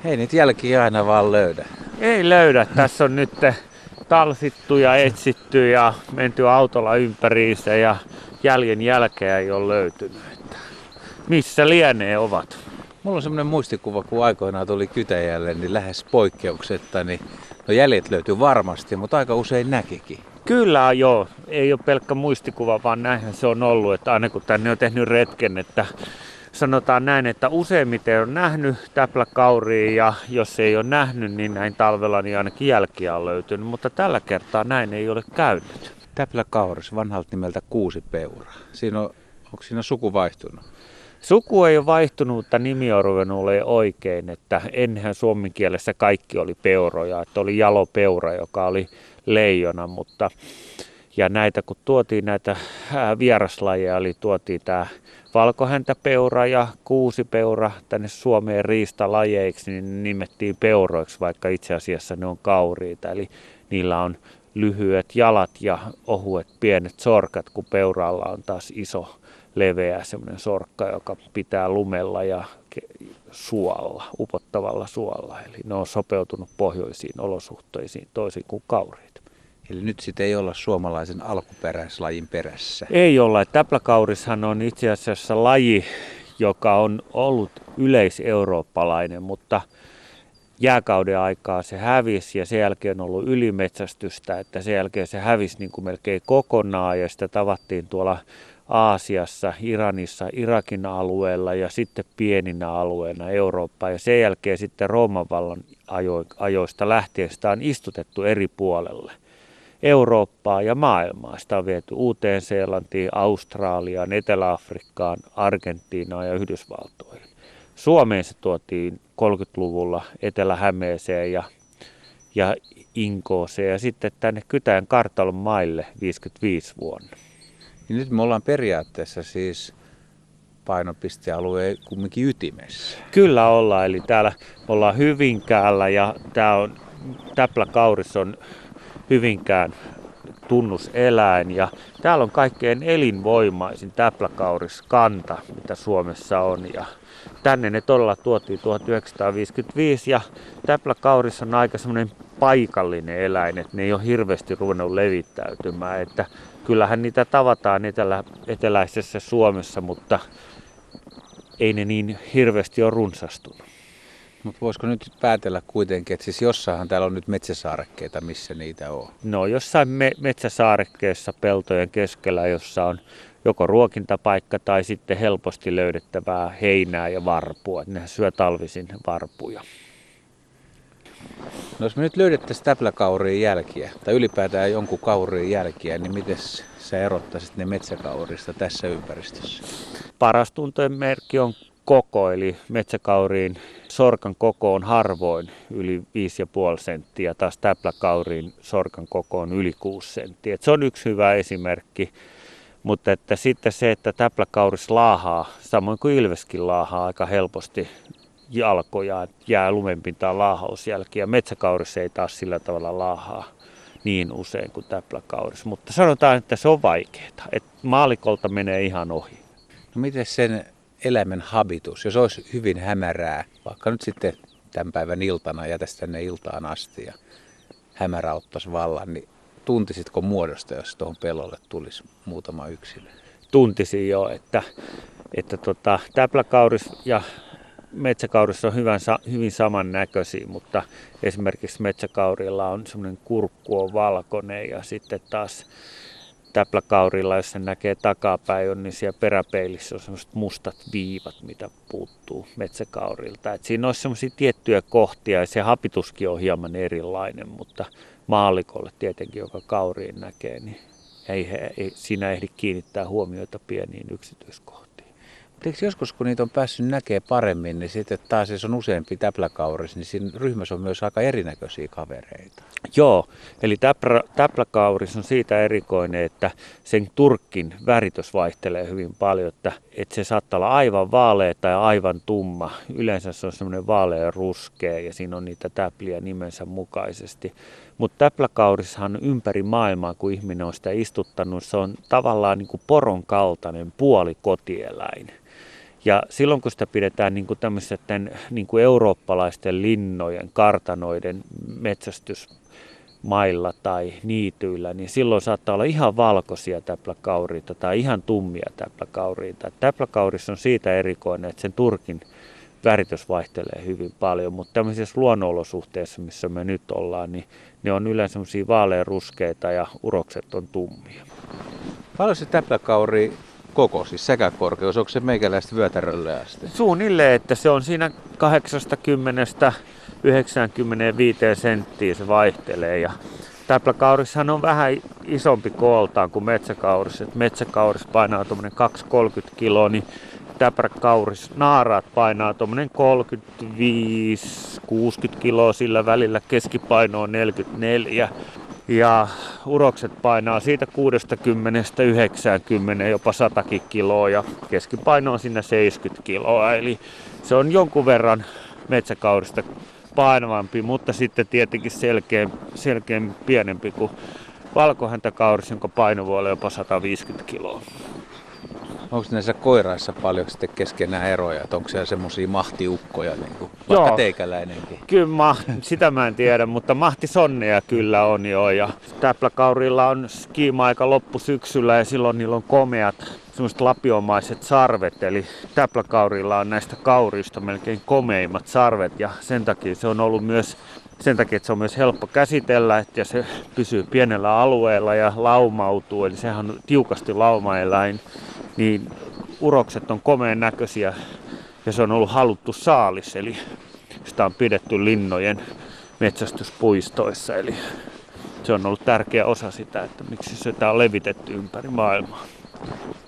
Ei niitä jälkiä aina vaan löydä. Ei löydä. Tässä on nyt talsittu ja etsitty ja menty autolla ympäriinsä ja jäljen jälkeä ei ole löytynyt. Että missä lienee ovat? Mulla on semmoinen muistikuva, kun aikoinaan tuli Kytäjälle, niin lähes poikkeuksetta, niin no jäljet löytyy varmasti, mutta aika usein näkikin. Kyllä joo, ei ole pelkkä muistikuva, vaan näinhän se on ollut, että aina kun tänne on tehnyt retken, että sanotaan näin, että useimmiten on nähnyt täpläkauria ja jos ei ole nähnyt, niin näin talvella niin ainakin jälkiä on löytynyt, mutta tällä kertaa näin ei ole käynyt. Täpläkauris, vanhalta nimeltä kuusipeura. Onko siinä suku vaihtunut? Suku ei ole vaihtunut, mutta nimi on ruvennut olemaan oikein, että ennenhän suomen kielessä kaikki oli peuroja, että oli jalopeura, joka oli leijona, mutta ja näitä kun tuotiin näitä vieraslajeja, eli tuotiin tämä valkohäntäpeura ja kuusipeura tänne Suomeen riistalajeiksi, niin nimettiin peuroiksi, vaikka itse asiassa ne on kauriita, eli niillä on lyhyet jalat ja ohuet pienet sorkat, kun peuralla on taas iso leveä semmoinen sorkka, joka pitää lumella ja suolla, upottavalla suolla. Eli ne on sopeutunut pohjoisiin olosuhteisiin toisin kuin kauriit. Eli nyt sitten ei olla suomalaisen alkuperäislajin perässä. Ei olla. Täpläkaurishan on itse asiassa laji, joka on ollut yleiseurooppalainen, mutta jääkauden aikaa se hävisi ja sen jälkeen on ollut ylimetsästystä, että sen jälkeen se hävisi niin kuin melkein kokonaan ja sitä tavattiin tuolla Aasiassa, Iranissa, Irakin alueella ja sitten pieninä alueina Eurooppaan. Ja sen jälkeen sitten Rooman vallan ajoista lähtien sitä on istutettu eri puolelle Eurooppaa ja maailmaa. Sitä on viety Uuteen-Seelantiin, Australiaan, Etelä-Afrikkaan, Argentiinaan ja Yhdysvaltoihin. Suomeen se tuotiin 30-luvulla Etelä-Hämeeseen ja Inkooseen ja sitten tänne Kytäjän kartalon maille 55 vuonna. Ja nyt me ollaan periaatteessa siis painopistealueen kumminkin ytimessä. Kyllä ollaan, eli täällä ollaan Hyvinkäällä ja täpläkauris on Hyvinkään tunnuseläin ja täällä on kaikkein elinvoimaisin täpläkauriskanta, mitä Suomessa on ja tänne ne todella tuotiin 1955 ja täpläkauris on aika semmoinen paikallinen eläin, että ne ei ole hirveästi ruvennut levittäytymään, että kyllähän niitä tavataan eteläisessä Suomessa, mutta ei ne niin hirveästi ole runsastunut. Mutta voisiko nyt päätellä kuitenkin, että siis jossain täällä on nyt metsäsaarekkeita, missä niitä on? No jossain metsäsaarekkeessa peltojen keskellä, jossa on joko ruokintapaikka tai sitten helposti löydettävää heinää ja varpua. Nehän syö talvisin varpuja. No jos me nyt löydettäisiin täpläkauriin jälkiä tai ylipäätään jonkun kauriin jälkiä, niin miten sä erottaisit ne metsäkaurista tässä ympäristössä? Paras tuntojen merkki on koko, eli metsäkauriin sorkan koko on harvoin yli 5,5 senttiä, taas täpläkauriin sorkan koko on yli 6 senttiä. Et se on yksi hyvä esimerkki, mutta että sitten se, että täpläkauris laahaa, samoin kuin ilveskin laahaa aika helposti jalkoja, jää lumenpintaan laahausjälkiä. Metsäkauris ei taas sillä tavalla laahaa niin usein kuin täpläkauris, mutta sanotaan, että se on vaikeaa, että maalikolta menee ihan ohi. No miten sen eläimen habitus, jos olisi hyvin hämärää, vaikka nyt sitten tämän päivän iltana jätäisi tänne iltaan asti ja hämärä ottaisi vallan, niin tuntisitko muodosta, jos tuohon pellolle tulisi muutama yksilö? Tuntisin jo, että täpläkauris ja metsäkauris on hyvin samannäköisiä, mutta esimerkiksi metsäkaurilla on semmoinen kurkku on valkoinen ja sitten taas täpläkaurilla, jos sen näkee takapäin, niin siellä peräpeilissä on semmoiset mustat viivat, mitä puuttuu metsäkaurilta. Et siinä olisi semmoisia tiettyjä kohtia ja se hapituskin on hieman erilainen, mutta maallikolle tietenkin, joka kauriin näkee, niin ei siinä ehdi kiinnittää huomioita pieniin yksityiskohtiin. Eikö joskus, kun niitä on päässyt näkemään paremmin, niin sitten taas jos on useampi täpläkauris, niin siinä ryhmässä on myös aika erinäköisiä kavereita. Joo, eli täpläkauris on siitä erikoinen, että sen turkkin väritys vaihtelee hyvin paljon, että se saattaa olla aivan vaalea tai aivan tumma. Yleensä se on semmoinen vaalea ruskea ja siinä on niitä täpliä nimensä mukaisesti. Mutta täpläkaurishan ympäri maailmaa, kun ihminen on sitä istuttanut, se on tavallaan niin kuin poron kaltainen puolikotieläin. Ja silloin kun sitä pidetään niin kuin tämmöisten niin kuin eurooppalaisten linnojen, kartanoiden metsästysmailla tai niityillä, niin silloin saattaa olla ihan valkoisia täpläkauriita tai ihan tummia täpläkauriita. Täpläkauris on siitä erikoinen, että sen turkin väritys vaihtelee hyvin paljon, mutta tämmöisissä luonnonolosuhteissa, missä me nyt ollaan, niin ne on yleensä semmoisia vaaleanruskeita ja urokset on tummia. Paljon se täpläkauri koko, siis säkäkorkeus, onko se meikäläistä vyötärölle asti? Suunnilleen, että se on siinä 80-95 senttiä se vaihtelee. Ja täpläkaurishan on vähän isompi kooltaan kuin metsäkauris. Et metsäkauris painaa tuommoinen 230 kiloa, niin täpläkauris naaraat painaa tuommoinen 35-60 kiloa, sillä välillä keskipaino on 44. Ja urokset painaa siitä 60-90, jopa 100 kiloa ja keskipaino on siinä 70 kiloa. Eli se on jonkun verran metsäkaurista painavampi, mutta sitten tietenkin selkeän pienempi kuin valkohäntäkauris, jonka paino voi olla jopa 150 kiloa. Onko näissä koiraissa paljon sitten keskenään eroja, että onko siellä semmoisia mahtiukkoja, niin kuin vaikka teikäläinenkin? Kyllä, sitä mä en tiedä, mutta mahtisonneja kyllä on jo. Ja täpläkaurilla on skiima-aika loppusyksyllä ja silloin niillä on komeat semmoiset lapiomaiset sarvet. Eli täpläkaurilla on näistä kaurista melkein komeimmat sarvet ja sen takia se on ollut myös että se on myös helppo käsitellä, että se pysyy pienellä alueella ja laumautuu, eli sehän on tiukasti laumaeläin, niin urokset on komeen näköisiä ja se on ollut haluttu saalis, eli sitä on pidetty linnojen metsästyspuistoissa, eli se on ollut tärkeä osa sitä, että miksi sitä on levitetty ympäri maailmaa.